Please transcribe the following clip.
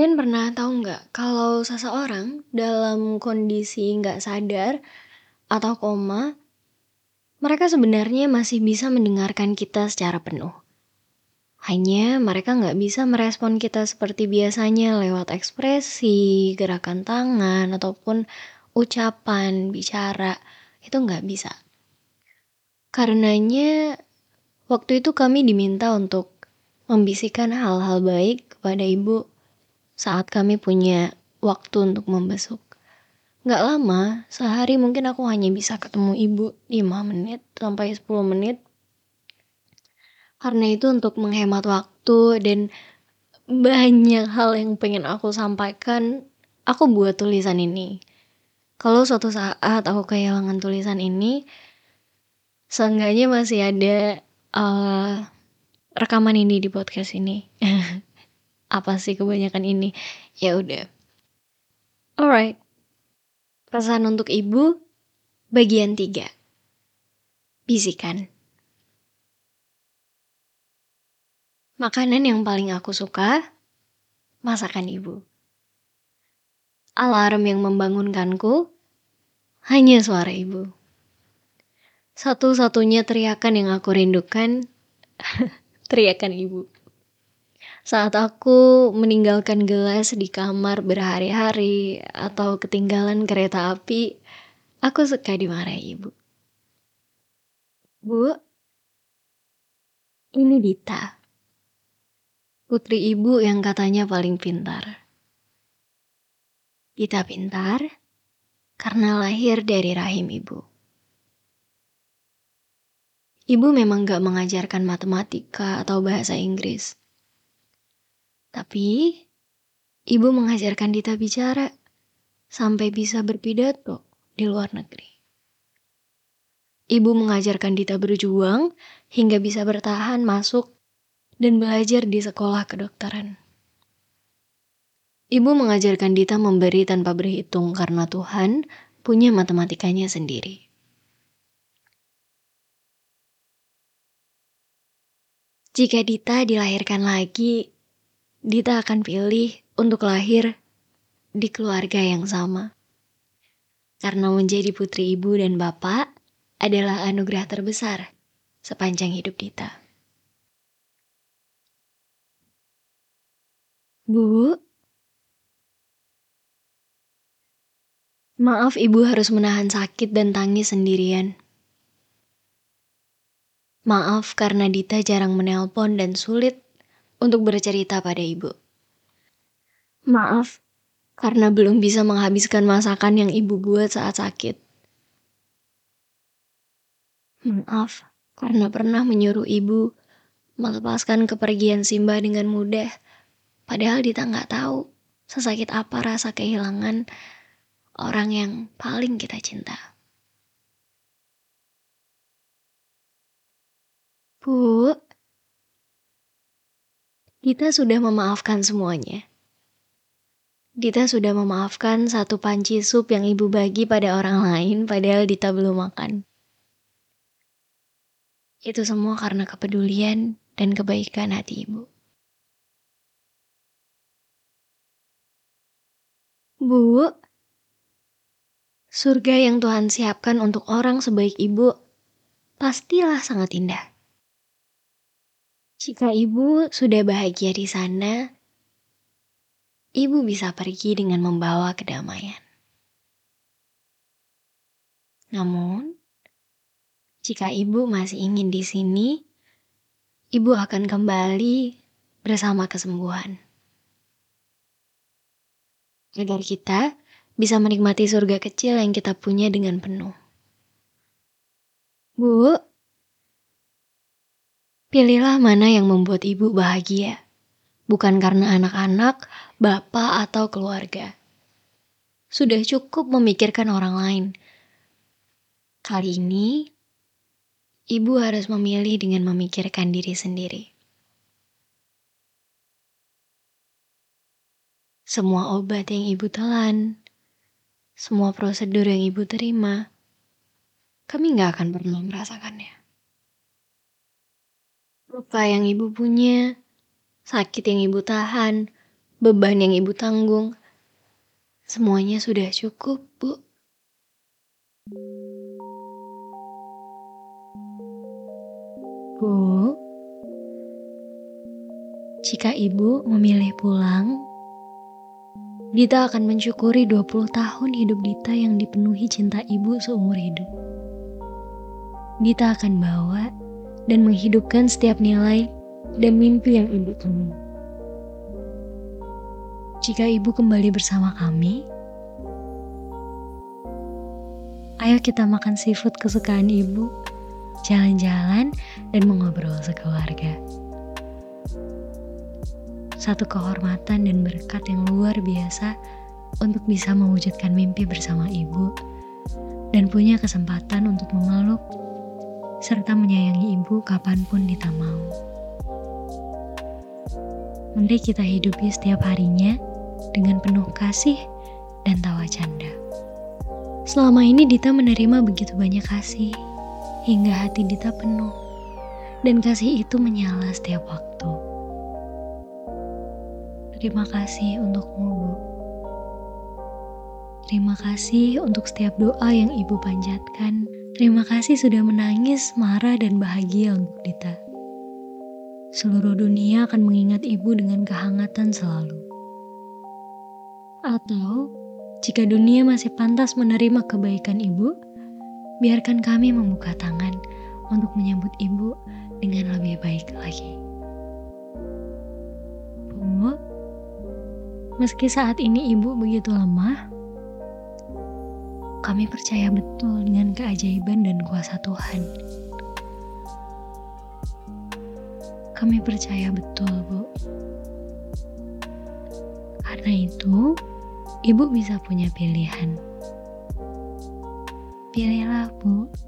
Kalian pernah tahu nggak kalau seseorang dalam kondisi nggak sadar atau koma, mereka sebenarnya masih bisa mendengarkan kita secara penuh. Hanya mereka nggak bisa merespon kita seperti biasanya lewat ekspresi, gerakan tangan, ataupun ucapan, bicara. Itu nggak bisa. Karenanya waktu itu kami diminta untuk membisikkan hal-hal baik kepada ibu saat kami punya waktu untuk membesuk. Nggak lama, sehari mungkin aku hanya bisa ketemu ibu 5 menit sampai 10 menit. Karena itu untuk menghemat waktu dan banyak hal yang pengen aku sampaikan, aku buat tulisan ini. Kalau suatu saat aku kehilangan tulisan ini, seenggaknya masih ada eh, rekaman ini di podcast ini. Apa sih kebanyakan ini? Ya udah. Alright. Pesan untuk ibu bagian 3. Bisikan. Makanan yang paling aku suka, masakan ibu. Alarm yang membangunkanku, hanya suara ibu. Satu-satunya teriakan yang aku rindukan, teriakan ibu. Saat aku meninggalkan gelas di kamar berhari-hari atau ketinggalan kereta api, aku suka dimarahi ibu. Bu, ini Dita. Putri ibu yang katanya paling pintar. Dita pintar karena lahir dari rahim ibu. Ibu memang gak mengajarkan matematika atau bahasa Inggris. Tapi, ibu mengajarkan Dita bicara sampai bisa berpidato di luar negeri. Ibu mengajarkan Dita berjuang hingga bisa bertahan masuk dan belajar di sekolah kedokteran. Ibu mengajarkan Dita memberi tanpa berhitung karena Tuhan punya matematikanya sendiri. Jika Dita dilahirkan lagi, Dita akan pilih untuk lahir di keluarga yang sama. Karena menjadi putri ibu dan bapak adalah anugerah terbesar sepanjang hidup Dita. Bu, maaf ibu harus menahan sakit dan tangis sendirian. Maaf karena Dita jarang menelpon dan sulit untuk bercerita pada ibu. Maaf karena belum bisa menghabiskan masakan yang ibu buat saat sakit. Maaf karena pernah menyuruh ibu melepaskan kepergian Simba dengan mudah. Padahal Dita nggak tahu sesakit apa rasa kehilangan orang yang paling kita cinta. Bu, Dita sudah memaafkan semuanya. Dita sudah memaafkan satu panci sup yang ibu bagi pada orang lain padahal Dita belum makan. Itu semua karena kepedulian dan kebaikan hati ibu. Bu, surga yang Tuhan siapkan untuk orang sebaik ibu pastilah sangat indah. Jika ibu sudah bahagia di sana, ibu bisa pergi dengan membawa kedamaian. Namun, jika ibu masih ingin di sini, ibu akan kembali bersama kesembuhan. Agar kita bisa menikmati surga kecil yang kita punya dengan penuh. Bu, pilihlah mana yang membuat ibu bahagia. Bukan karena anak-anak, bapak, atau keluarga. Sudah cukup memikirkan orang lain. Kali ini, ibu harus memilih dengan memikirkan diri sendiri. Semua obat yang ibu telan, semua prosedur yang ibu terima, kami gak akan pernah merasakannya. Luka yang ibu punya, sakit yang ibu tahan, beban yang ibu tanggung, semuanya sudah cukup, Bu. Bu, jika ibu memilih pulang, Dita akan mensyukuri 20 tahun hidup Dita yang dipenuhi cinta ibu seumur hidup. Dita akan bawa dan menghidupkan setiap nilai dan mimpi yang ibu tunggu. Jika ibu kembali bersama kami, ayo kita makan seafood kesukaan ibu, jalan-jalan, dan mengobrol sekeluarga. Satu kehormatan dan berkat yang luar biasa untuk bisa mewujudkan mimpi bersama ibu dan punya kesempatan untuk memeluk serta menyayangi ibu kapanpun Dita mau. Mari kita hidupi setiap harinya dengan penuh kasih dan tawa canda. Selama ini Dita menerima begitu banyak kasih, hingga hati Dita penuh, dan kasih itu menyala setiap waktu. Terima kasih untukmu, Bu. Terima kasih untuk setiap doa yang Ibu panjatkan. Terima kasih sudah menangis, marah, dan bahagia untuk Dita. Seluruh dunia akan mengingat Ibu dengan kehangatan selalu. Atau, jika dunia masih pantas menerima kebaikan Ibu, biarkan kami membuka tangan untuk menyambut Ibu dengan lebih baik lagi. Bu, meski saat ini Ibu begitu lemah, kami percaya betul dengan keajaiban dan kuasa Tuhan. Kami percaya betul, Bu. Karena itu, Ibu bisa punya pilihan. Pilihlah, Bu.